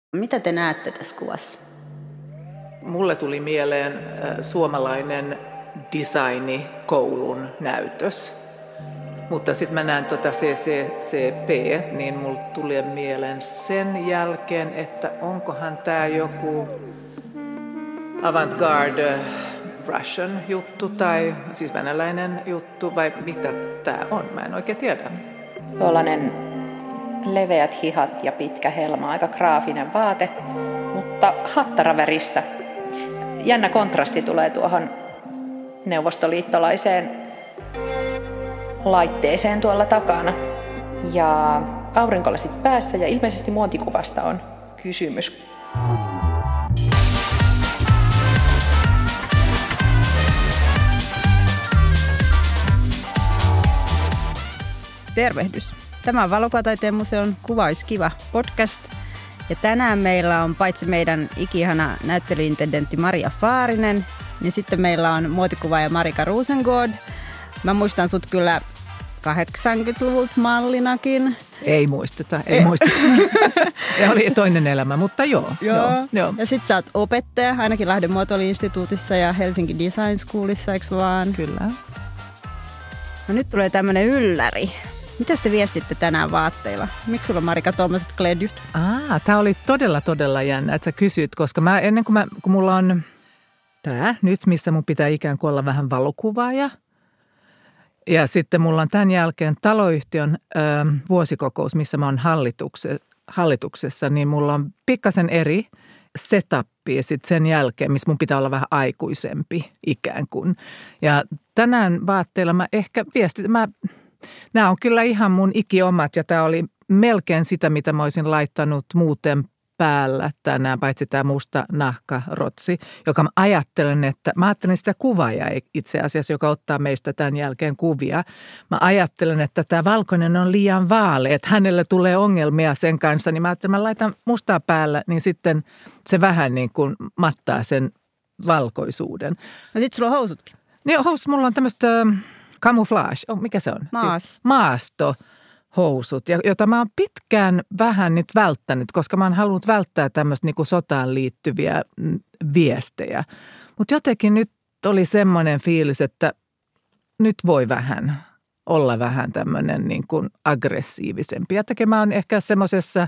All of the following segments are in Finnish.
Mitä te näette tässä kuvassa? Mulle tuli mieleen suomalainen designikoulun näytös. Mutta sitten mä näen CCCP, niin mulle tuli mieleen sen jälkeen, että onkohan tämä joku avantgarde Russian juttu tai siis venäläinen juttu vai mitä tämä on, mä en oikein tiedä. Tuollainen leveät hihat ja pitkä helma, aika graafinen vaate, mutta hattaravärissä. Jännä kontrasti tulee tuohon neuvostoliittolaiseen laitteeseen tuolla takana. Ja aurinkolasit päässä ja ilmeisesti muotikuvasta on kysymys. Tervehdys. Tämä on Valokuvataiteen museon Kuvaiskiva podcast. Ja tänään meillä on paitsi meidän ikihana näyttelyintendentti Maria Faarinen, niin sitten meillä on muotikuvaaja Marika Rosengård. Mä muistan sut kyllä 80-luvulta mallinakin. Ei muisteta. Ja oli toinen elämä, mutta joo. Ja sit sä oot opettaja, ainakin Lahden muotoilu-instituutissa ja Helsinki Design Schoolissa, eikö vaan? Kyllä. No nyt tulee tämmönen ylläri. Mitä te viestitte tänään vaatteilla? Miksi sulla on, Marika, tuommoiset kledjut? Tämä oli todella jännä, että sä kysyt, koska kun mulla on tämä nyt, missä mun pitää ikään kuin olla vähän valokuvaaja. Ja sitten mulla on tämän jälkeen taloyhtiön vuosikokous, missä mä oon hallituksessa, niin mulla on pikkasen eri setappi ja sitten sen jälkeen, missä mun pitää olla vähän aikuisempi ikään kuin. Ja tänään vaatteilla mä ehkä nämä on kyllä ihan mun ikiomat ja tämä oli melkein sitä, mitä mä olisin laittanut muuten päällä tänään, paitsi tämä musta nahkarotsi, joka mä ajattelen sitä kuvaajaa itse asiassa, joka ottaa meistä tämän jälkeen kuvia. Mä ajattelen, että tämä valkoinen on liian vaalea, että hänelle tulee ongelmia sen kanssa, niin mä ajattelin, että mä laitan mustaa päällä, niin sitten se vähän niin kuin mattaa sen valkoisuuden. No sit sulla on housutkin. Niin housut, mulla on tämmöistä camouflage, mikä se on? Maastohousut, jota mä oon pitkään vähän nyt välttänyt, koska mä oon halunnut välttää tämmöistä niin kuin sotaan liittyviä viestejä. Mutta jotenkin nyt oli semmoinen fiilis, että nyt voi olla vähän tämmöinen niin kuin aggressiivisempi. Ja mä oon ehkä semmoisessa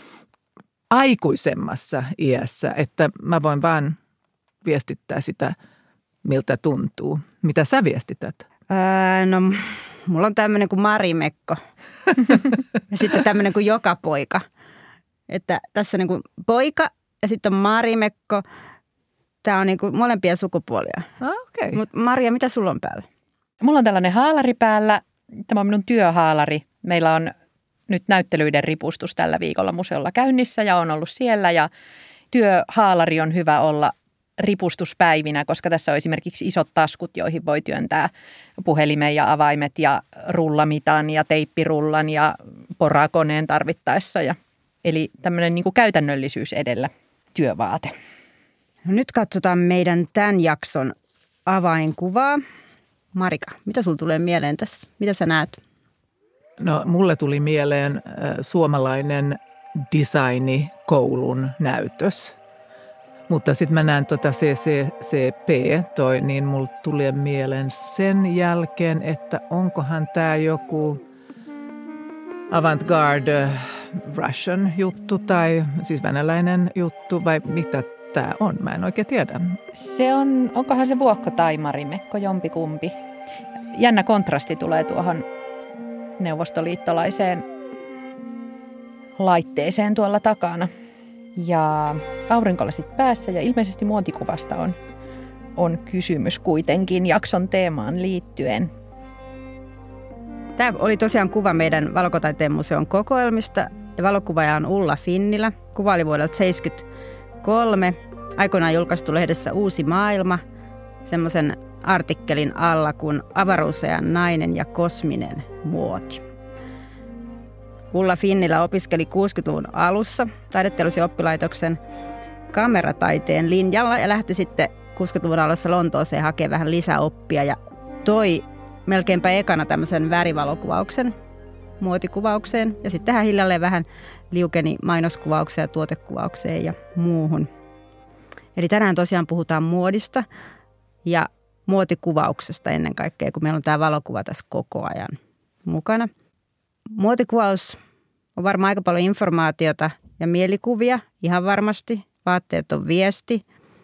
aikuisemmassa iässä, että mä voin vaan viestittää sitä, miltä tuntuu. Mitä sä viestität? No, mulla on tämmöinen kuin Marimekko ja sitten tämmöinen kuin Joka poika. Että tässä on niin kuin poika ja sitten on Marimekko. Tämä on niin kuin molempia sukupuolia. Okay. Mutta Maria, mitä sulla on päällä? Mulla on tällainen haalari päällä. Tämä on minun työhaalari. Meillä on nyt näyttelyiden ripustus tällä viikolla museolla käynnissä ja on ollut siellä. Ja työhaalari on hyvä olla ripustuspäivinä, koska tässä on esimerkiksi isot taskut, joihin voi työntää puhelimen ja avaimet ja rullamitan ja teippirullan ja porakoneen tarvittaessa. Eli tämmöinen niin kuin käytännöllisyys edellä työvaate. No nyt katsotaan meidän tämän jakson avainkuvaa. Marika, mitä sulla tulee mieleen tässä? Mitä sä näet? No mulle tuli mieleen suomalainen designikoulun näytös. Mutta sitten mä näen CCCP, niin mulle tuli mieleen sen jälkeen, että onkohan tämä joku avantgarde Russian juttu tai siis venäläinen juttu vai mitä tämä on, mä en oikein tiedä. Onkohan se Vuokko tai Marimekko, jompikumpi. Jännä kontrasti tulee tuohon neuvostoliittolaiseen laitteeseen tuolla takana. Ja aurinkolasit päässä ja ilmeisesti muotikuvasta on kysymys kuitenkin jakson teemaan liittyen. Tämä oli tosiaan kuva meidän Valokuvataiteen museon kokoelmista. Ja valokuvaaja on Ulla Finnilä. Kuva oli vuodelta 1973. Aikoinaan julkaistu lehdessä Uusi maailma semmoisen artikkelin alla kuin Avaruusajan nainen ja kosminen muoti. Ulla Finnilä opiskeli 60-luvun alussa taideteollisen oppilaitoksen kamerataiteen linjalla ja lähti sitten 60-luvun alussa Lontooseen hakemaan vähän lisäoppia ja toi melkeinpä ekana tämmöisen värivalokuvauksen muotikuvaukseen ja sitten tähän hiljalleen vähän liukeni mainoskuvaukseen ja tuotekuvaukseen ja muuhun. Eli tänään tosiaan puhutaan muodista ja muotikuvauksesta ennen kaikkea, kun meillä on tämä valokuva tässä koko ajan mukana. Muotikuvaus on varmaan aika paljon informaatiota ja mielikuvia, ihan varmasti. Vaatteet on viesti.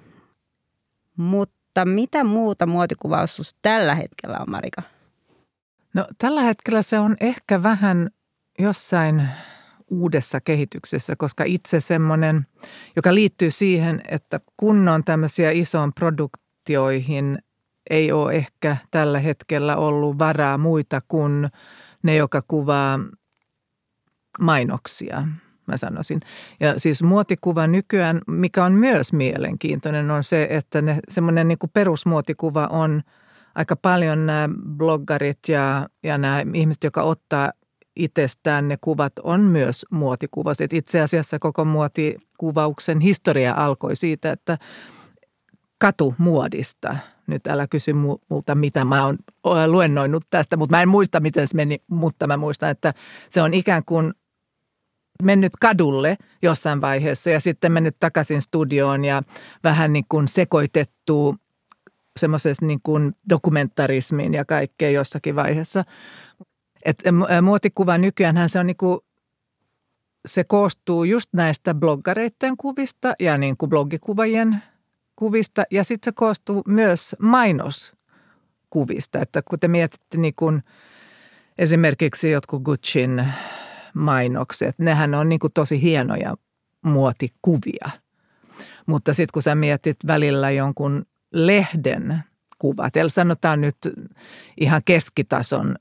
Mutta mitä muuta muotikuvaus tällä hetkellä on, Marika? No tällä hetkellä se on ehkä vähän jossain uudessa kehityksessä, koska itse semmoinen, joka liittyy siihen, että kun on tämmöisiä isoon produktioihin, ei ole ehkä tällä hetkellä ollut varaa muita kuin ne, joka kuvaa mainoksia, mä sanoisin. Ja siis muotikuva nykyään, mikä on myös mielenkiintoinen, on se, että semmoinen niin kuin perusmuotikuva on aika paljon nämä bloggarit ja nämä ihmiset, jotka ottaa itsestään ne kuvat, on myös muotikuvaset. Itse asiassa koko muotikuvauksen historia alkoi siitä, että katumuodista. Nyt älä kysy multa, mitä mä oon luennoinut tästä, mutta mä en muista, miten se meni, mutta mä muistan, että se on ikään kuin mennyt kadulle jossain vaiheessa ja sitten mennyt takaisin studioon ja vähän niin kuin sekoitettu semmoisessa niin kuin dokumentarismiin ja kaikkea jossakin vaiheessa. Että muotikuva nykyäänhän se on niin kuin, se koostuu just näistä bloggareiden kuvista ja niin kuin blogikuvajien kuvista ja sitten se koostuu myös mainoskuvista. Että kun te mietitte niin kuin esimerkiksi jotkut Gucciin mainokset, nehän on niin kuin tosi hienoja muotikuvia. Mutta sitten kun sä mietit välillä jonkun lehden kuvat, eli sanotaan nyt ihan keskitason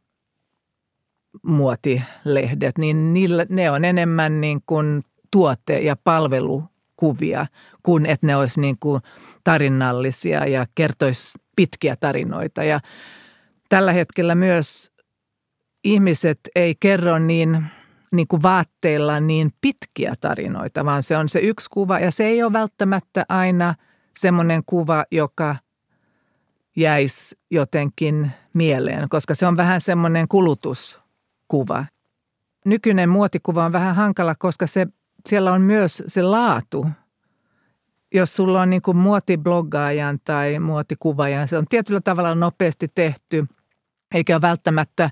muotilehdet, niin ne on enemmän niin kuin tuote- ja palvelukuvia, kuin että ne olisi niin kuin tarinallisia ja kertoisi pitkiä tarinoita. Ja tällä hetkellä myös ihmiset ei kerro niin kuin vaatteilla niin pitkiä tarinoita, vaan se on se yksi kuva ja se ei ole välttämättä aina semmoinen kuva, joka jäisi jotenkin mieleen, koska se on vähän semmoinen kulutuskuva. Nykyinen muotikuva on vähän hankala, koska siellä on myös se laatu. Jos sulla on niin kuin muotibloggaajan tai muotikuvaajan, se on tietyllä tavalla nopeasti tehty, eikä ole välttämättä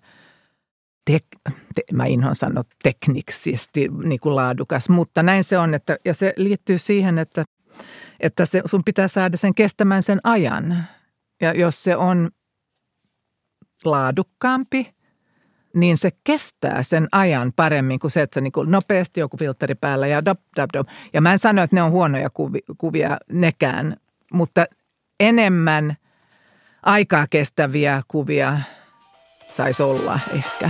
mä inhoan sanoa teknisesti niin kuin laadukas, mutta näin se on. Ja se liittyy siihen, että sun pitää saada sen kestämään sen ajan. Ja jos se on laadukkaampi, niin se kestää sen ajan paremmin kuin se, että se niin kuin nopeasti joku filtteri päällä ja dop. Ja mä en sano, että ne on huonoja kuvia nekään, mutta enemmän aikaa kestäviä kuvia saisi olla ehkä.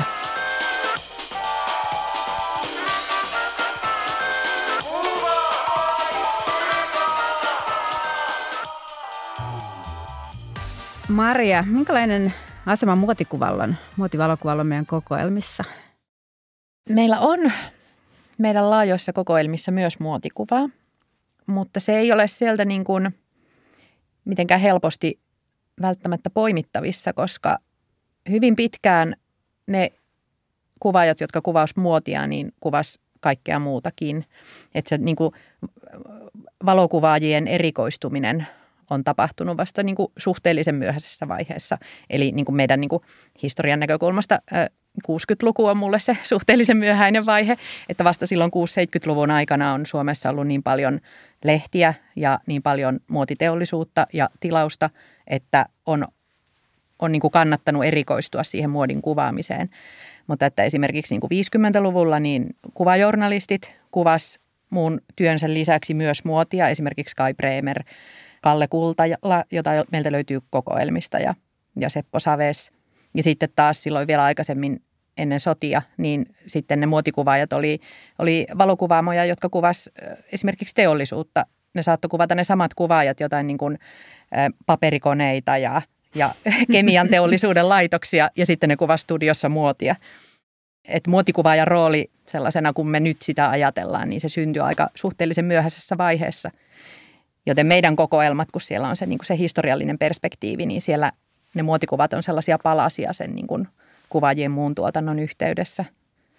Maria, minkälainen asema muotivalokuvalla on meidän kokoelmissa? Meillä on meidän laajoissa kokoelmissa myös muotikuvaa, mutta se ei ole sieltä niin kuin mitenkään helposti välttämättä poimittavissa, koska hyvin pitkään ne kuvaajat, jotka kuvasi muotia, niin kuvasi kaikkea muutakin. Että se niin kuin valokuvaajien erikoistuminen on tapahtunut vasta niin kuin suhteellisen myöhäisessä vaiheessa. Eli niin kuin meidän niin kuin historian näkökulmasta 60-luku on mulle se suhteellisen myöhäinen vaihe, että vasta silloin 60-70-luvun aikana on Suomessa ollut niin paljon lehtiä ja niin paljon muotiteollisuutta ja tilausta, että on niin kuin kannattanut erikoistua siihen muodin kuvaamiseen. Mutta että esimerkiksi niin kuin 50-luvulla niin kuvajournalistit kuvas muun työnsä lisäksi myös muotia, esimerkiksi Kai Bremer, Kalle Kultala, jota meiltä löytyy kokoelmista, ja Seppo Saves. Ja sitten taas silloin vielä aikaisemmin ennen sotia, niin sitten ne muotikuvaajat oli valokuvaamoja, jotka kuvasi esimerkiksi teollisuutta. Ne saattoi kuvata ne samat kuvaajat, jotain niin kuin paperikoneita ja kemian teollisuuden laitoksia, ja sitten ne kuvasi studiossa muotia. Et muotikuvaajan rooli sellaisena, kun me nyt sitä ajatellaan, niin se syntyi aika suhteellisen myöhäisessä vaiheessa. Joten meidän kokoelmat, kun siellä on se, niin kuin se historiallinen perspektiivi, niin siellä ne muotikuvat on sellaisia palasia sen niin kuin kuvaajien muun tuotannon yhteydessä.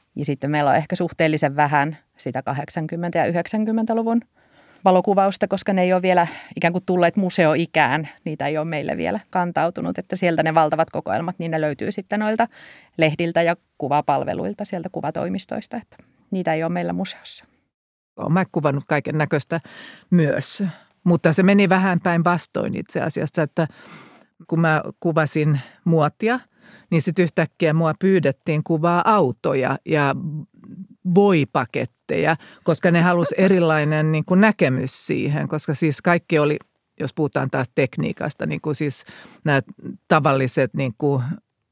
Ja sitten meillä on ehkä suhteellisen vähän sitä 80- ja 90-luvun valokuvausta, koska ne ei ole vielä ikään kuin tulleet museoikään. Niitä ei ole meille vielä kantautunut, että sieltä ne valtavat kokoelmat, niin ne löytyy sitten noilta lehdiltä ja kuvapalveluilta, sieltä kuvatoimistoista, että niitä ei ole meillä museossa. Olen mä kuvannut kaiken näköistä myös, mutta se meni vähän päinvastoin itse asiassa, että kun mä kuvasin muotia, niin sitten yhtäkkiä mua pyydettiin kuvaa autoja ja voipaketteja, koska ne halusi erilainen niin kuin näkemys siihen, koska siis kaikki oli, jos puhutaan taas tekniikasta, niin kuin siis nämä tavalliset niin kuin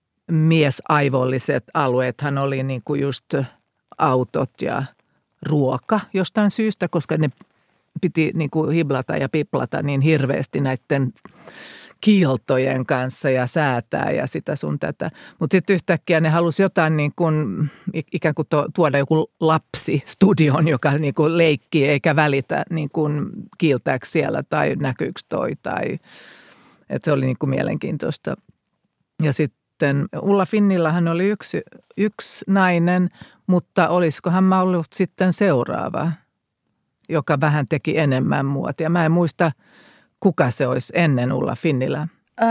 miesaivolliset alueethan oli niin kuin just autot ja ruoka jostain syystä, koska ne piti niin kuin hiblata ja piplata niin hirveästi näiden kiiltojen kanssa ja säätää ja sitä sun tätä. Mutta sitten yhtäkkiä ne halusi jotain niin kuin, ikään kuin tuoda joku lapsi studioon, joka niin kuin leikkii eikä välitä niin kuin kiiltääkö siellä tai näkyykö toi. Että se oli niin kuin mielenkiintoista. Ja sitten Ulla Finnillahan oli yksi nainen, mutta olisikohan mä ollut sitten seuraava, joka vähän teki enemmän muotia. Mä en muista, kuka se olisi ennen Ulla Finnilä.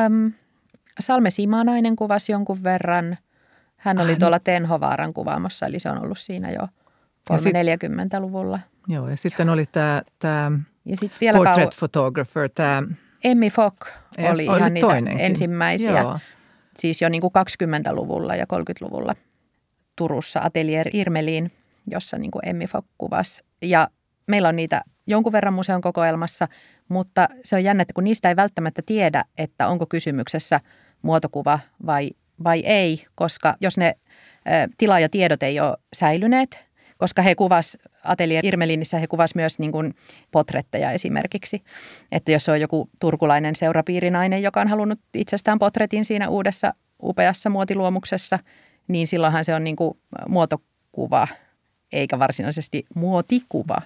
Salme Simanainen kuvasi jonkun verran. Hän oli tuolla Tenhovaaran kuvaamassa, eli se on ollut siinä jo 40-luvulla. Joo, ja sitten oli tämä vielä portrait photographer, tämä Emmy Fock oli ihan niitä toinenkin. Ensimmäisiä. Joo. Siis jo niin kuin 20-luvulla ja 30-luvulla Turussa Atelier Irmelin, jossa niin kuin Emmy Fock kuvasi. Ja meillä on niitä jonkun verran museon kokoelmassa, mutta se on jännä, että kun niistä ei välttämättä tiedä, että onko kysymyksessä muotokuva vai ei, koska jos ne tilaajatiedot ei ole säilyneet, koska he kuvas Atelier Irmelinissä, he kuvas myös niin kuin potretteja esimerkiksi. Että jos on joku turkulainen seurapiirinainen, joka on halunnut itsestään potretin siinä uudessa upeassa muotiluomuksessa, niin silloinhan se on niin kuin muotokuva, eikä varsinaisesti muotikuva.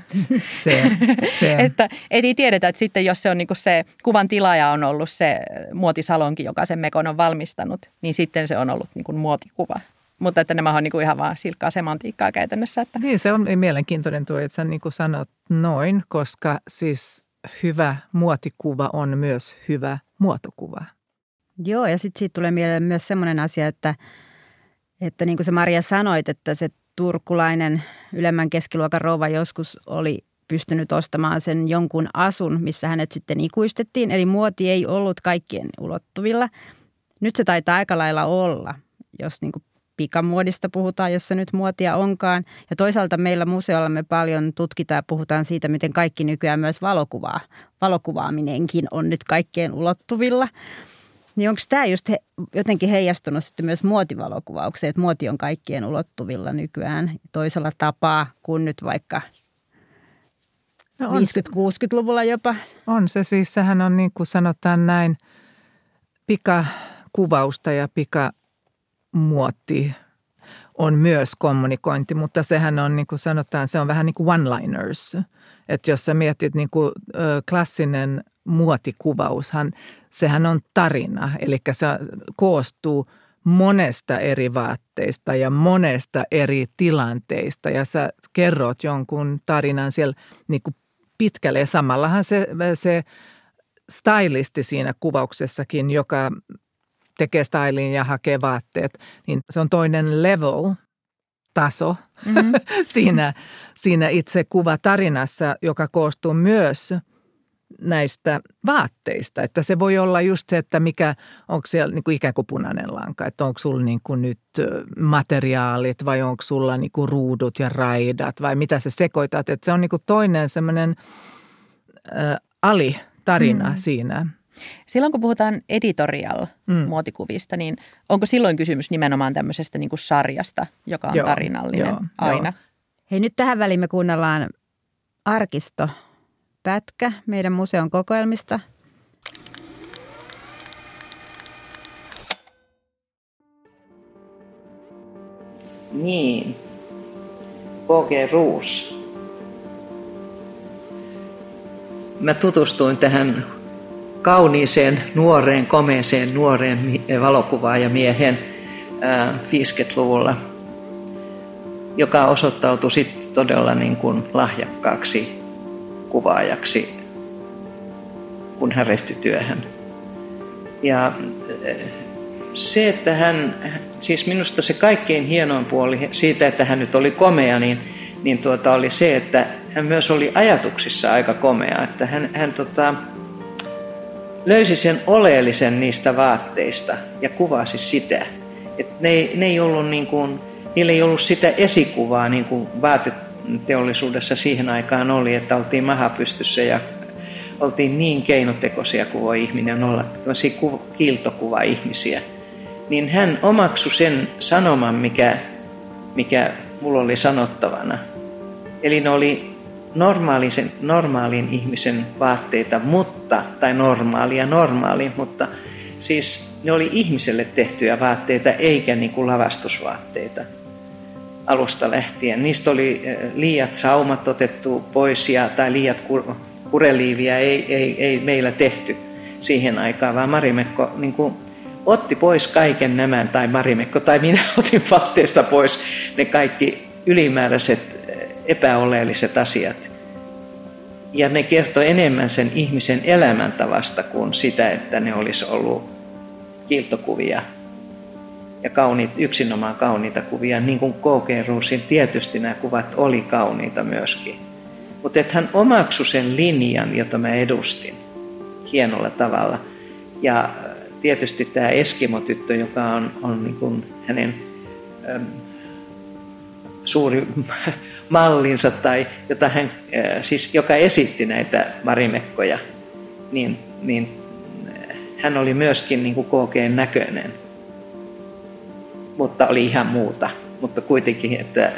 Se. Että ei tiedetä, että sitten jos se on niin kuin se kuvan tilaaja on ollut se muotisalonki, joka sen mekon on valmistanut, niin sitten se on ollut niin kuin muotikuva. Mutta että nämä on niin kuin ihan vaan silkkaa semantiikkaa käytännössä. Että. Niin, se on mielenkiintoinen tuo, että sä niin kuin sanot noin, koska siis hyvä muotikuva on myös hyvä muotokuva. Joo, ja sitten siitä tulee mieleen myös semmoinen asia, että niin kuin sä Maria sanoit, että se turkulainen ylemmän keskiluokan rouva joskus oli pystynyt ostamaan sen jonkun asun, missä hänet sitten ikuistettiin. Eli muoti ei ollut kaikkien ulottuvilla. Nyt se taitaa aika lailla olla, jos niin kuin pikamuodista puhutaan, jossa nyt muotia onkaan. Ja toisaalta meillä museolla me paljon tutkitaan ja puhutaan siitä, miten kaikki nykyään myös valokuvaaminenkin on nyt kaikkien ulottuvilla. Niin onko tämä just jotenkin heijastunut sitten myös muotivalokuvaukseen, että muoti on kaikkien ulottuvilla nykyään toisella tapaa kuin nyt vaikka 50-60-luvulla jopa? On se siis, sehän on niin kuin sanotaan näin, pikakuvausta ja pikamuotti on myös kommunikointi, mutta sehän on niin kuin sanotaan, se on vähän niin kuin one-liners. Että jos sä mietit niin kuin klassinen muotikuvaushan, sehän on tarina, eli se koostuu monesta eri vaatteista ja monesta eri tilanteista ja sä kerrot jonkun tarinan siellä niin kuin pitkälle ja samallahan se stylisti siinä kuvauksessakin, joka tekee stylin ja hakee vaatteet, niin se on toinen level, taso siinä itse kuvatarinassa, joka koostuu myös näistä vaatteista. Että se voi olla just se, että onko siellä niin kuin ikään kuin punainen lanka, että onko sulla niin kuin nyt materiaalit vai onko sulla niin kuin ruudut ja raidat vai mitä sä sekoitat. Että se on niin kuin toinen semmoinen alitarina siinä. Silloin kun puhutaan editorial-muotikuvista, niin onko silloin kysymys nimenomaan tämmöisestä niin kuin sarjasta, joka on tarinallinen aina? Hei, nyt tähän väliin me kuunnellaan arkistopätkä meidän museon kokoelmista. Niin, K.G. Roos. Mä tutustuin tähän kauniiseen, komeeseen nuoreen valokuvaajamiehen 50-luvulla joka osoittautui sitten todella niin kuin lahjakkaaksi kuvaajaksi, kun hän ryhtyi työhön. Ja se, että siis minusta se kaikkein hienoin puoli siitä, että hän nyt oli komea, niin oli se, että hän myös oli ajatuksissa aika komea, että hän löysi sen oleellisen niistä vaatteista ja kuvasi sitä. Että ne ei ollut niin kuin, niillä ei ollut sitä esikuvaa, niin kuin vaateteollisuudessa siihen aikaan oli, että oltiin maha pystyssä ja oltiin niin keinotekoisia kuin voi ihminen olla, tämmöisiä kiiltokuva-ihmisiä. Niin hän omaksui sen sanoman, mikä mulla oli sanottavana. Eli ne oli normaalin ihmisen vaatteita, tai normaali, mutta siis ne oli ihmiselle tehtyjä vaatteita, eikä niin kuin lavastusvaatteita alusta lähtien. Niistä oli liiat saumat otettu pois tai liiat kureliiviä ei meillä tehty siihen aikaan, vaan Marimekko niin kuin otti pois kaiken nämä, tai Marimekko, tai minä otin vaatteista pois ne kaikki ylimääräiset epäoleelliset asiat. Ja ne kertoi enemmän sen ihmisen elämäntavasta kuin sitä, että ne olisi ollut kiiltokuvia ja yksinomaan kauniita kuvia. Niin kuin K.G. Roosin tietysti nämä kuvat oli kauniita myöskin. Mutta että hän omaksui sen linjan, jota mä edustin hienolla tavalla. Ja tietysti tämä Eskimo-tyttö, joka on niin kuin hänen suuri mallinsa, tai joka esitti näitä Marimekkoja, niin hän oli myöskin niin kuin K.G.:n näköinen, mutta oli ihan muuta. Mutta kuitenkin, että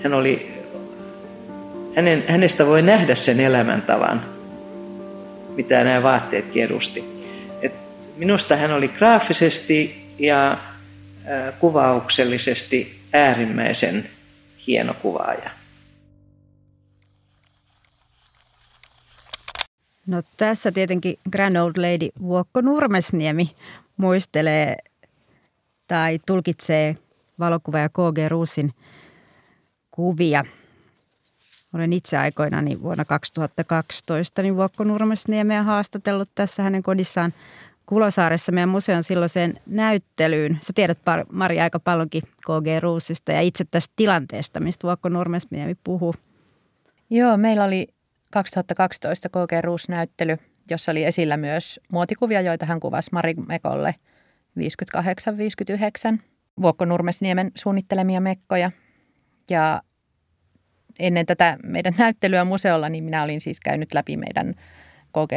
hänestä voi nähdä sen elämäntavan, mitä nämä vaatteetkin edusti. Minusta hän oli graafisesti ja kuvauksellisesti äärimmäisen hieno kuvaaja. No tässä tietenkin Grand Old Lady Vuokko Nurmesniemi muistelee tai tulkitsee valokuvaaja K.G. Roosin kuvia. Olen itse aikoinani vuonna 2012 niin Vuokko Nurmesniemeä haastatellut tässä hänen kodissaan Kulosaaressa meidän museon silloiseen näyttelyyn. Sä tiedät, Mari, aika paljonkin K.G. Roosista ja itse tästä tilanteesta, mistä Vuokko Nurmesniemi puhuu. Joo, meillä oli 2012 K.G. Roos-näyttely, jossa oli esillä myös muotikuvia, joita hän kuvasi Marimekolle 58-59. Vuokko Nurmesniemen suunnittelemia mekkoja. Ja ennen tätä meidän näyttelyä museolla, niin minä olin siis käynyt läpi meidän K.G.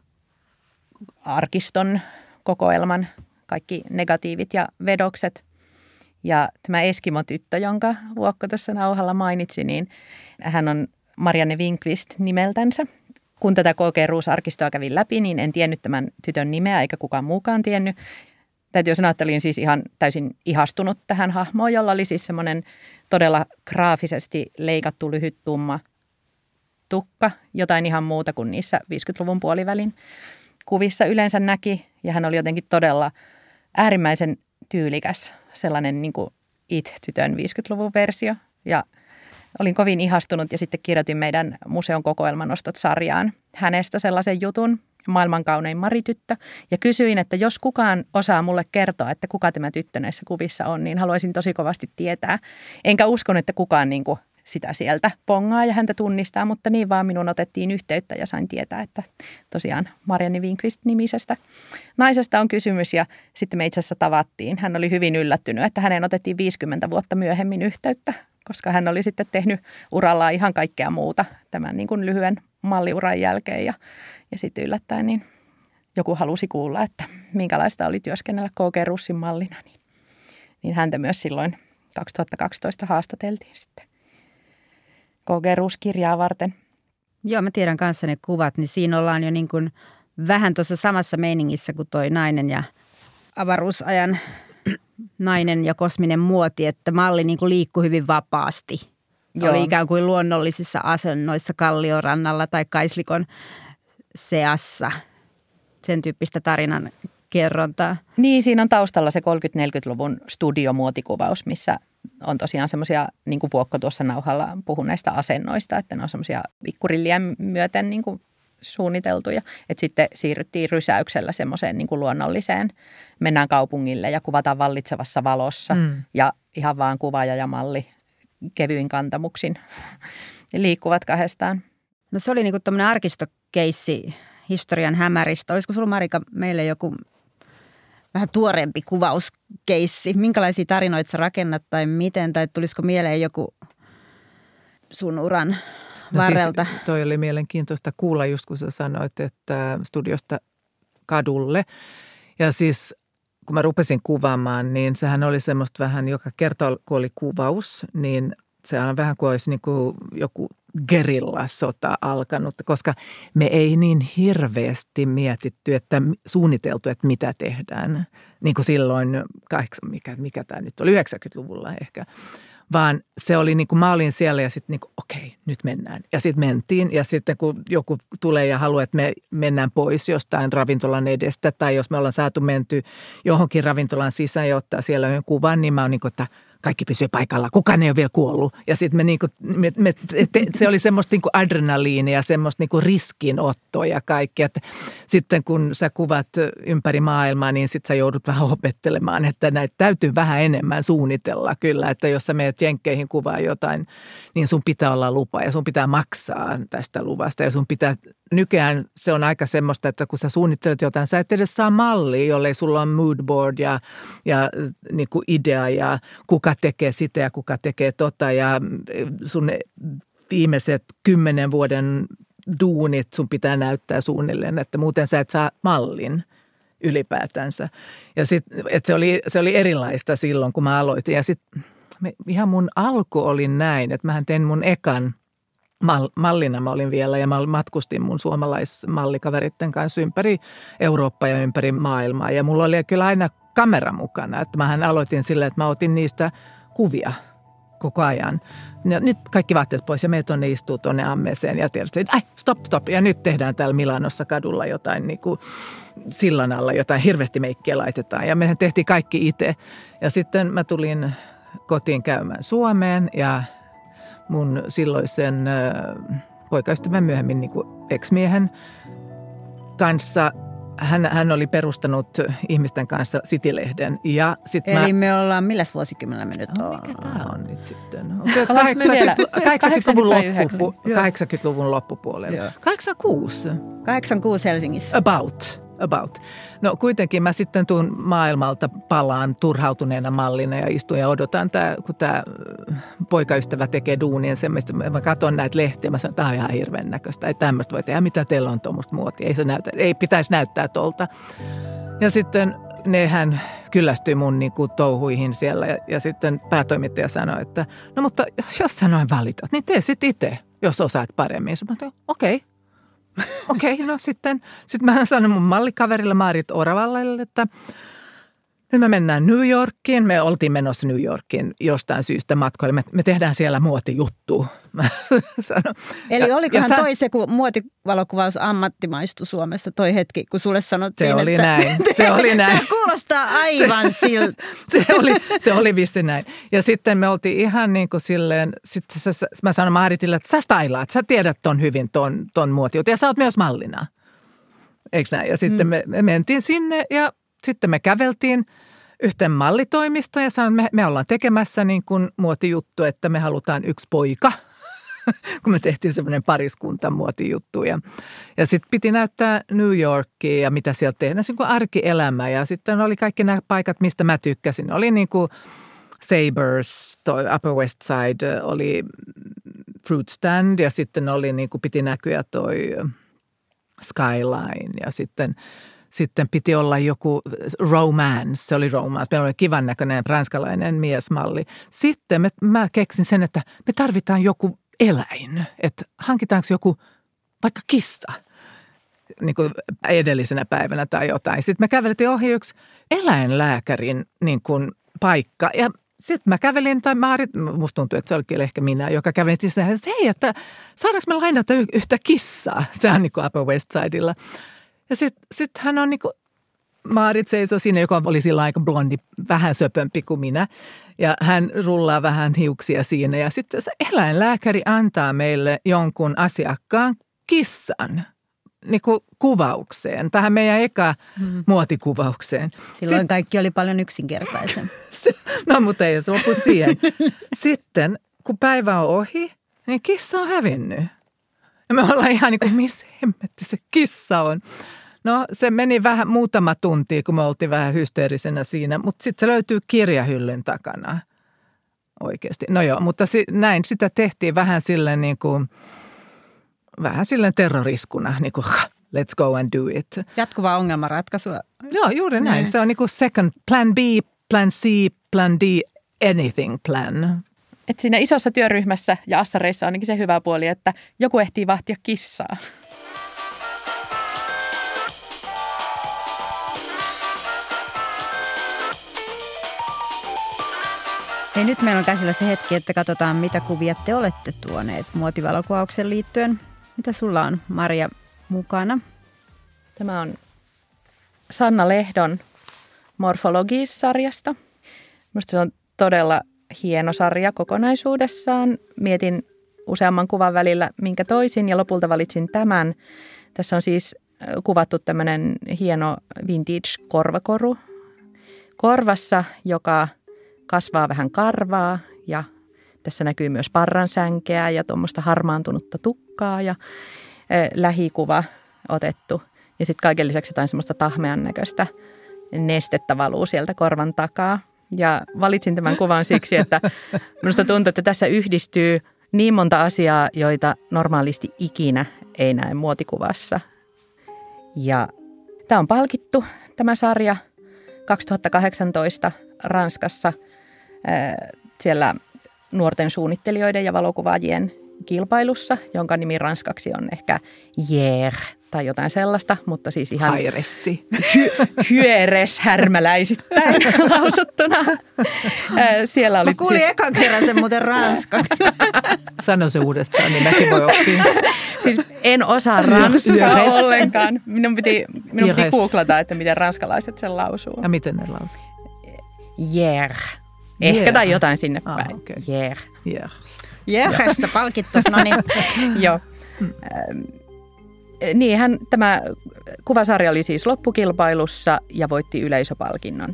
Roos-arkiston kokoelman, kaikki negatiivit ja vedokset. Ja tämä Eskimo-tyttö, jonka Vuokko tuossa nauhalla mainitsi, niin hän on Marianne Winkvist nimeltänsä. Kun tätä K.G. Roos-arkistoa kävin läpi, niin en tiennyt tämän tytön nimeä eikä kukaan muukaan tiennyt. Täytyy sanoa, että olin siis ihan täysin ihastunut tähän hahmoon, jolla oli siis semmoinen todella graafisesti leikattu lyhyt tumma tukka, jotain ihan muuta kuin niissä 50-luvun puolivälin kuvissa yleensä näki. Ja hän oli jotenkin todella äärimmäisen tyylikäs, sellainen niin kuin It-tytön 50-luvun versio. Ja olin kovin ihastunut ja sitten kirjoitin meidän museon kokoelmanostot-sarjaan hänestä sellaisen jutun, maailman kaunein Marityttö. Ja kysyin, että jos kukaan osaa mulle kertoa, että kuka tämä tyttö näissä kuvissa on, niin haluaisin tosi kovasti tietää. Enkä uskon, että kukaan niin kuin sitä sieltä pongaa ja häntä tunnistaa, mutta niin vaan minun otettiin yhteyttä ja sain tietää, että tosiaan Marianne Winkvist-nimisestä naisesta on kysymys ja sitten me itse asiassa tavattiin. Hän oli hyvin yllättynyt, että häneen otettiin 50 vuotta myöhemmin yhteyttä, koska hän oli sitten tehnyt urallaan ihan kaikkea muuta tämän niin kuin lyhyen malliuran jälkeen ja sitten yllättäen niin joku halusi kuulla, että minkälaista oli työskennellä K.G. Roosin mallina, niin häntä myös silloin 2012 haastateltiin sitten K.G. Roos-kirjaa varten. Joo, mä tiedän kanssa ne kuvat, niin siinä ollaan jo niin kuin vähän tuossa samassa meiningissä kuin toi nainen ja avaruusajan nainen ja kosminen muoti, että malli niin kuin liikkui hyvin vapaasti. Joo. Oli ikään kuin luonnollisissa asennoissa Kalliorannalla tai Kaislikon seassa. Sen tyyppistä tarinan kerrontaa. Niin, siinä on taustalla se 30-40-luvun studiomuotikuvaus, missä on tosiaan semmoisia, niin kuin Vuokko tuossa nauhalla puhui näistä asennoista, että ne on semmoisia pikkurilliä myöten niin kuin suunniteltuja. Että sitten siirryttiin rysäyksellä semmoiseen niin kuin luonnolliseen. Mennään kaupungille ja kuvataan vallitsevassa valossa ja ihan vaan kuvaaja ja malli kevyin kantamuksin liikkuvat kahdestaan. No se oli niinku tämmöinen arkistokeissi historian hämäristä. Olisiko sulla, Marika, meille joku vähän tuoreempi kuvauskeissi? Minkälaisia tarinoita sä rakennat tai miten? Tai tulisiko mieleen joku sun uran varrelta? Siis toi oli mielenkiintoista kuulla just kun sä sanoit, että studiosta kadulle. Ja siis kun mä rupesin kuvaamaan, niin sehän oli semmoista vähän, joka kerta kun oli kuvaus, niin se on vähän kuin olisi niin kuin joku gerillasota alkanut, koska me ei niin hirveästi mietitty, että suunniteltu, että mitä tehdään. Niin kuin silloin, mikä tämä nyt oli, 90-luvulla ehkä. Vaan se oli niin kuin mä olin siellä ja sitten niin kuin okei, nyt mennään. Ja sitten mentiin ja sitten kun joku tulee ja haluaa, että me mennään pois jostain ravintolan edestä tai jos me ollaan saatu menty johonkin ravintolan sisään ja ottaa siellä yhden kuvan, niin mä oon niin kuin, että kaikki pysyy paikalla, kukaan ei ole vielä kuollut. Ja sitten se oli semmoista niinku adrenaliinia, semmoista niinku riskinottoa ja kaikkea. Että sitten kun sä kuvat ympäri maailmaa, niin sitten sä joudut vähän opettelemaan, että näitä täytyy vähän enemmän suunnitella kyllä. Että jos sä menet jenkkeihin kuvaa jotain, niin sun pitää olla lupa ja sun pitää maksaa tästä luvasta. Ja sun pitää, nykyään se on aika semmoista, että kun sä suunnittelet jotain, sä et edes saa mallia, jollei sulla on moodboard ja niinku idea ja kuka tekee sitä ja kuka tekee tota ja sun viimeiset 10 vuoden duunit sun pitää näyttää suunnilleen, että muuten sä et saa mallin ylipäätänsä. Ja se oli erilaista silloin, kun mä aloitin. Ja sitten ihan mun alku oli näin, että mähän tein mun ekan mallina mä olin vielä ja mä matkustin mun suomalaismallikaveritten kanssa ympäri Eurooppaa ja ympäri maailmaa. Ja mulla oli kyllä aina kamera mukana, että mähän aloitin sillä, että mä otin niistä kuvia koko ajan. Ja nyt kaikki vaatteet pois ja me tuonne istuu tuonne ammeeseen ja tiedätkö, että stop. Ja nyt tehdään täällä Milanossa kadulla jotain niin kuin sillan alla, jotain hirveästi meikkiä laitetaan. Ja mehän tehtiin kaikki itse. Ja sitten mä tulin kotiin käymään Suomeen ja mun silloisen poikaystävän myöhemmin niin kuin ex-miehen kanssa. Hän oli perustanut ihmisten kanssa City-lehden. Ja eli me ollaan, milläs vuosikymmenellä me nyt ollaan? Mikä tämä on nyt sitten? 80-luvun loppupuolella. 86. 86 Helsingissä. About. No kuitenkin mä sitten tuun maailmalta palaan turhautuneena mallina ja istun ja odotan, kun tämä poikaystävä tekee duunien semmoista. Mä katson näitä lehtiä, mä sanon, että tämä on ihan hirveän näköistä. Ei tämmöistä voi tehdä. Mitä teillä on tuommoista muotia? Ei pitäisi näyttää tolta. Ja sitten nehän kyllästyi mun niin kuin touhuihin siellä ja sitten päätoimittaja sanoi, että no mutta jos sä noin valitat, niin tee sit itse, jos osaat paremmin. Mä sanoin, okei, no sitten mä sanon mun mallikaverille Maarit Oravalle, että nyt me mennään New Yorkiin. Me oltiin menossa New Yorkiin jostain syystä matkoille. Me tehdään siellä muotijuttua. Eli olikohan toi se, kun muotivalokuvaus ammattimaistui Suomessa toi hetki, kun sulle sanottiin, se oli näin. Se oli näin. Tämä kuulostaa aivan siltä. Se oli vissi näin. Ja sitten me oltiin ihan niin kuin silleen, mä sanoin Maaritille, että sä stylaat, sä tiedät ton hyvin ton muotijutun ja sä oot myös mallina. Eikö näin? Ja sitten me mentiin sinne ja sitten me käveltiin yhteen mallitoimistoon ja sanoin, että me ollaan tekemässä niin kuin muotijuttu, että me halutaan yksi poika, kun me tehtiin semmoinen pariskunta muotijuttu. Ja sitten piti näyttää New Yorkia ja mitä siellä tehdään, niin kuin arkielämä. Ja sitten oli kaikki nämä paikat, mistä mä tykkäsin. Oli niin kuin Sabres, toi Upper West Side, oli Fruit Stand ja sitten oli niin kuin piti näkyä toi Skyline ja sitten piti olla joku romance, se oli romance. Meillä oli kivan näköinen ranskalainen miesmalli. Sitten mä keksin sen, että me tarvitaan joku eläin, että hankitaanko joku vaikka kissa niin kuin edellisenä päivänä tai jotain. Sitten me käveltiin ohi yksi eläinlääkärin niin kuin paikka ja sitten mä kävelin, tai Maarit, musta tuntuu, että se olikin ehkä minä, joka kävelin sisään, että hei, että saadaanko me lainata yhtä kissaa? Tämä on niin kuin Upper West Sidella. Ja sitten hän on niin kuin, Maarit seisoi siinä, joka oli silloin aika blondi, vähän söpömpi kuin minä. Ja hän rullaa vähän hiuksia siinä ja sitten se eläinlääkäri antaa meille jonkun asiakkaan kissan niin kuin kuvaukseen, tähän meidän eka muotikuvaukseen. Silloin kaikki oli paljon yksinkertaisen. No mutta ei se lopu siihen. Sitten kun päivä on ohi, niin kissa on hävinnyt. Ja me ollaan ihan niin kuin, missä hemmetti se kissa on? No se meni vähän muutama tunti, kun me oltiin vähän hysteerisenä siinä, mutta sitten se löytyy kirjahyllyn takana oikeasti. No joo, mutta näin sitä tehtiin vähän silleen niin kuin, vähän silleen terroriskuna, niin kuin let's go and do it. Jatkuvaa ongelmanratkaisua. Joo, juuri näin. Se on niin kuin second plan B, plan C, plan D, anything plan. Et siinä isossa työryhmässä ja assareissa on ainakin se hyvä puoli, että joku ehtii vahtia kissaa. Hei, nyt meillä on käsillä se hetki, että katsotaan, mitä kuvia te olette tuoneet muotivalokuvaukseen liittyen. Mitä sulla on, Maria, mukana? Tämä on Sanna Lehdon Morphologies-sarjasta. Minusta se on todella hieno sarja kokonaisuudessaan. Mietin useamman kuvan välillä, minkä toisin, ja lopulta valitsin tämän. Tässä on siis kuvattu tämmöinen hieno vintage-korvakoru korvassa, joka kasvaa vähän karvaa, ja tässä näkyy myös parransänkeä ja tuommoista harmaantunutta tukkaa ja lähikuva otettu. Ja sitten kaiken lisäksi jotain semmoista tahmean näköistä nestettä valuu sieltä korvan takaa. Ja valitsin tämän kuvan siksi, että minusta tuntuu, että tässä yhdistyy niin monta asiaa, joita normaalisti ikinä ei näe muotikuvassa. Ja tämä on palkittu, tämä sarja, 2018 Ranskassa siellä nuorten suunnittelijoiden ja valokuvaajien kilpailussa, jonka nimi ranskaksi on ehkä Hier tai jotain sellaista, mutta siis ihan Hairessi. Hyöres härmäläisittäin lausuttuna. Siellä oli mä kuulin siis ekan kerran sen muuten ranskaksi. Sano se uudestaan, niin mäkin voi oppia. Siis en osaa ranskaa ollenkaan. Minun piti googlata, että miten ranskalaiset sen lausuu. Ja miten ne lausuu? Hier. Ehkä tai jotain sinne päin. Okay. Hier. Jehässä palkittu, no niin. Joo. Niinhän tämä kuvasarja oli siis loppukilpailussa ja voitti yleisöpalkinnon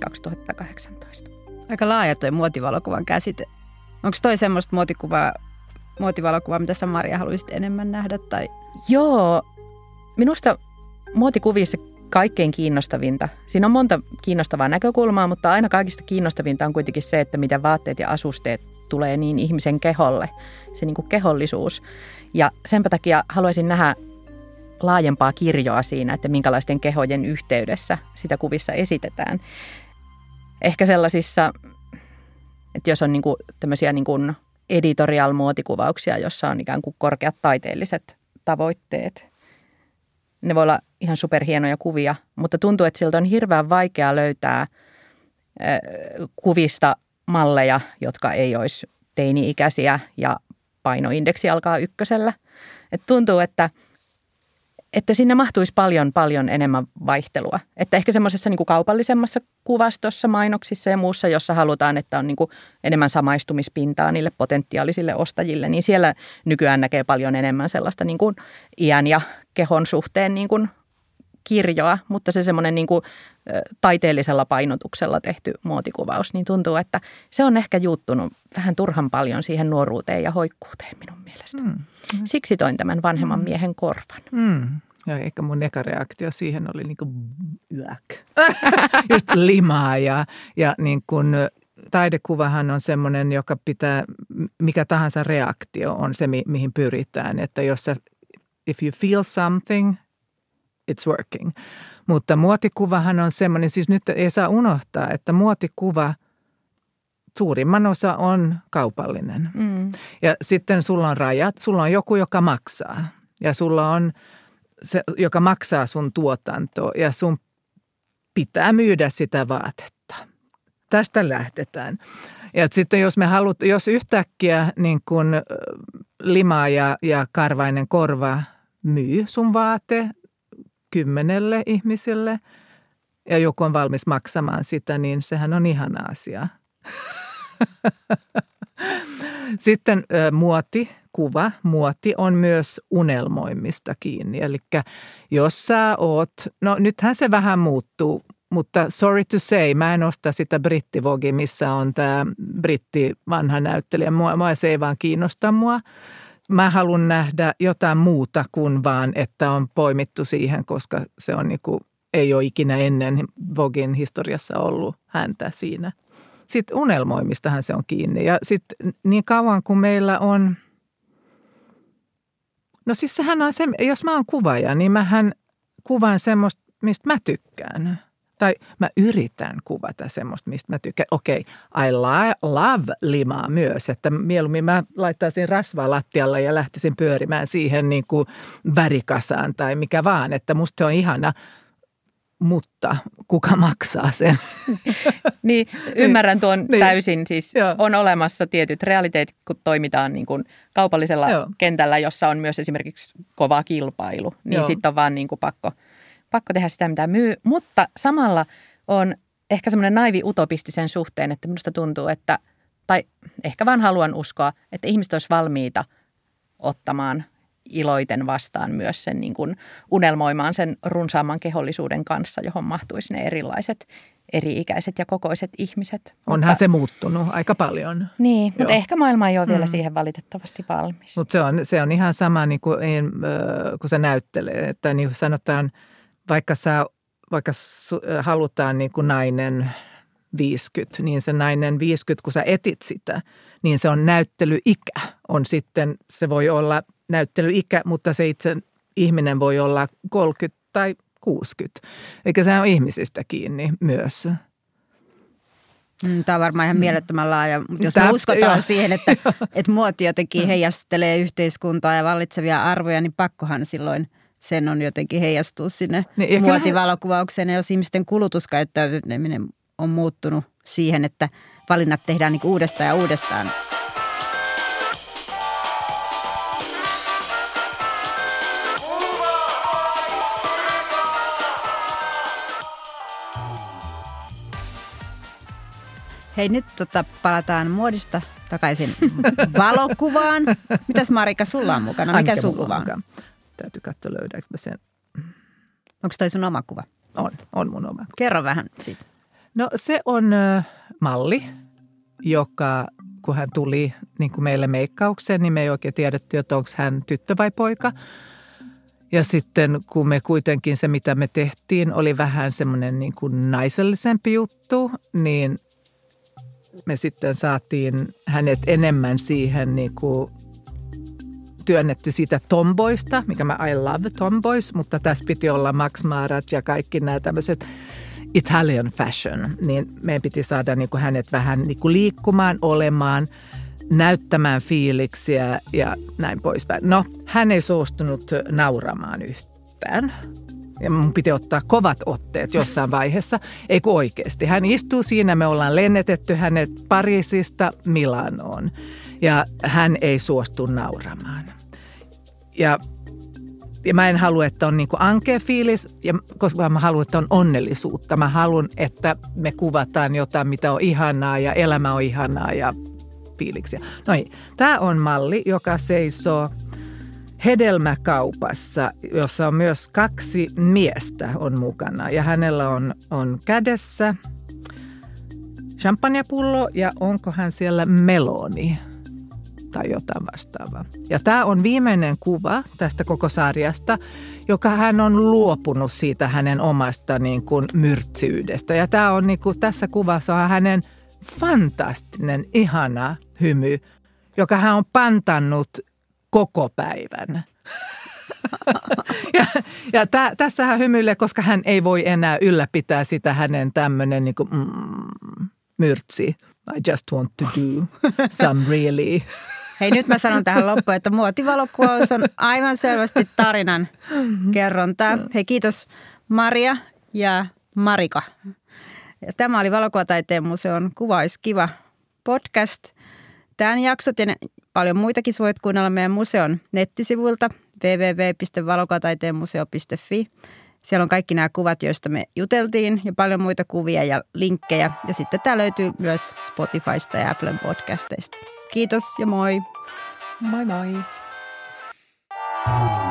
2018. Aika laaja toi muotivalokuvan käsite. Onko toi semmoista muotivalokuvaa, mitä sä, Maria, haluaisit enemmän nähdä? Tai? Joo, minusta muotikuvissa kaikkein kiinnostavinta. Siinä on monta kiinnostavaa näkökulmaa, mutta aina kaikista kiinnostavinta on kuitenkin se, että miten vaatteet ja asusteet tulee niin ihmisen keholle, se niin kuin kehollisuus. Ja senpä takia haluaisin nähdä laajempaa kirjoa siinä, että minkälaisten kehojen yhteydessä sitä kuvissa esitetään. Ehkä sellaisissa, että jos on niin kuin tämmöisiä niin kuin editorial-muotikuvauksia, jossa on ikään kuin korkeat taiteelliset tavoitteet. Ne voi olla ihan superhienoja kuvia, mutta tuntuu, että siltä on hirveän vaikea löytää kuvista malleja, jotka ei olisi teini-ikäisiä ja painoindeksi alkaa 1. Et tuntuu, että sinne mahtuisi paljon enemmän vaihtelua. Että ehkä semmoisessa niin kuin kaupallisemmassa kuvastossa, mainoksissa ja muussa, jossa halutaan, että on niin kuin enemmän samaistumispintaa niille potentiaalisille ostajille, niin siellä nykyään näkee paljon enemmän sellaista niin kuin iän ja kehon suhteen niin kuin kirjoa, mutta se semmoinen niin kuin taiteellisella painotuksella tehty muotikuvaus, niin tuntuu, että se on ehkä juuttunut vähän turhan paljon siihen nuoruuteen ja hoikkuuteen minun mielestä. Siksi toin tämän vanhemman miehen korvan. Ja eikä mun eka reaktio siihen oli niin kuin yäk. Just limaa ja niin kuin taidekuvahan on semmoinen, joka pitää, mikä tahansa reaktio on se, mihin pyritään. Että jos if you feel something, it's working. Mutta muotikuvahan on semmoinen, siis nyt ei saa unohtaa, että muotikuva suurimman osa on kaupallinen. Ja sitten sulla on rajat, sulla on joku, joka maksaa ja sulla on se, joka maksaa sun tuotanto ja sun pitää myydä sitä vaatetta. Tästä lähdetään. Ja sitten jos yhtäkkiä niin kun lima ja karvainen korva myy sun vaate 10 ihmiselle ja joku on valmis maksamaan sitä, niin sehän on ihana asia. Sitten muoti on myös unelmoimista kiinni. Eli jos sä oot, no nythän se vähän muuttuu, mutta sorry to say, mä en osta sitä brittivogia, missä on tämä britti vanha näyttelijä. Mua se ei vaan kiinnosta mua. Mä haluan nähdä jotain muuta kuin vaan, että on poimittu siihen, koska se on niinku, ei ole ikinä ennen Vogin historiassa ollut häntä siinä. Sitten unelmoimistahan se on kiinni. Ja sitten niin kauan kuin meillä on, no siis sehän on se, jos mä oon kuvaaja, niin mähän kuvaan semmoista, mistä mä tykkään. Tai mä yritän kuvata semmoista, mistä mä tykkään. Okei, I love limaa myös, että mieluummin mä laittaisin rasvaa lattialle ja lähtisin pyörimään siihen niin kuin värikasaan tai mikä vaan. Että musta se on ihana, mutta kuka maksaa sen? Niin, ymmärrän tuon täysin. Siis Joo. on olemassa tietyt realiteetit, kun toimitaan niin kuin kaupallisella kentällä, jossa on myös esimerkiksi kova kilpailu. Niin sitten on vaan niin kuin pakko tehdä sitä, mitä myy. Mutta samalla on ehkä semmoinen naivi utopisti sen suhteen, että minusta tuntuu, että, tai ehkä vaan haluan uskoa, että ihmiset olisi valmiita ottamaan iloiten vastaan myös sen niin kuin unelmoimaan sen runsaamman kehollisuuden kanssa, johon mahtuisi ne erilaiset eri-ikäiset ja kokoiset ihmiset. Onhan se muuttunut aika paljon. Niin, mutta ehkä maailma ei ole vielä siihen valitettavasti valmis. Mutta se on ihan sama, niin kuin, kun se näyttelee, että niin kuin sanotaan, vaikka halutaan niin kuin nainen 50, niin se nainen 50, kun sä etit sitä, niin se on näyttelyikä. Se voi olla näyttelyikä, mutta se itse ihminen voi olla 30 tai 60. Eikä se on ihmisistä kiinni myös. Tämä on varmaan ihan mielettömän laaja, mutta jos me uskotaan siihen, että muoti jotenkin heijastelee yhteiskuntaa ja vallitsevia arvoja, niin pakkohan silloin sen on jotenkin heijastua sinne muotivalokuvaukseen. Ja jos ihmisten kulutuskäyttäytyminen on muuttunut siihen, että valinnat tehdään niin kuin uudestaan ja uudestaan. Hei, nyt palataan muodista takaisin valokuvaan. Mitäs Marika, sulla on mukana? Mikä sun kuva on? Täytyy katsoa, löydäänkö mä sen. Onko toi sun oma kuva? On mun oma kuva. Kerro vähän siitä. No se on malli, joka kun hän tuli niin kuin meille meikkaukseen, niin me ei oikein tiedetty, että onko hän tyttö vai poika. Ja sitten kun me kuitenkin se, mitä me tehtiin, oli vähän semmoinen niin kuin naisellisempi juttu, niin me sitten saatiin hänet enemmän siihen niin kuin työnnetty siitä tomboista, mikä mä I love tomboys, mutta tässä piti olla Max Marat ja kaikki nämä tämmöiset Italian fashion, niin meidän piti saada niin kuin hänet vähän niin kuin liikkumaan, olemaan, näyttämään fiiliksiä ja näin poispäin. No, hän ei suostunut nauramaan yhtään. Ja mun piti ottaa kovat otteet jossain vaiheessa, ei kun oikeasti. Hän istuu siinä, me ollaan lennetetty hänet Pariisista Milanoon ja hän ei suostu nauramaan. Ja mä en halua, että on niin kuin ankea fiilis, koska mä haluan, että on onnellisuutta. Mä haluan, että me kuvataan jotain, mitä on ihanaa ja elämä on ihanaa ja fiiliksiä. No ei, tämä on malli, joka seisoo hedelmäkaupassa, jossa on myös 2 miestä on mukana. Ja hänellä on kädessä champagnepullo ja onkohan siellä meloni tai jotain vastaavaa. Ja tämä on viimeinen kuva tästä koko sarjasta, joka hän on luopunut siitä hänen omasta niin kuin myrtsiydestä. Ja tämä on niin kuin, tässä kuvassa on hänen fantastinen, ihana hymy, joka hän on pantannut koko päivän. ja tässä hän hymyilee, koska hän ei voi enää ylläpitää sitä hänen tämmöinen niin kuin, myrtsi. I just want to do some really. Hei, nyt mä sanon tähän loppuun, että muotivalokuvaus on aivan selvästi tarinan kerrontaa. Hei, kiitos Maria ja Marika. Ja tämä oli Valokuvataiteen museon Kuva olisi kiva podcast. Tämän jaksot ja paljon muitakin voit kuunnella meidän museon nettisivuilta www.valokuvataiteenmuseo.fi. Siellä on kaikki nämä kuvat, joista me juteltiin ja paljon muita kuvia ja linkkejä. Ja sitten tämä löytyy myös Spotifysta ja Applen podcasteista. Kiitos ja moi! Moi moi!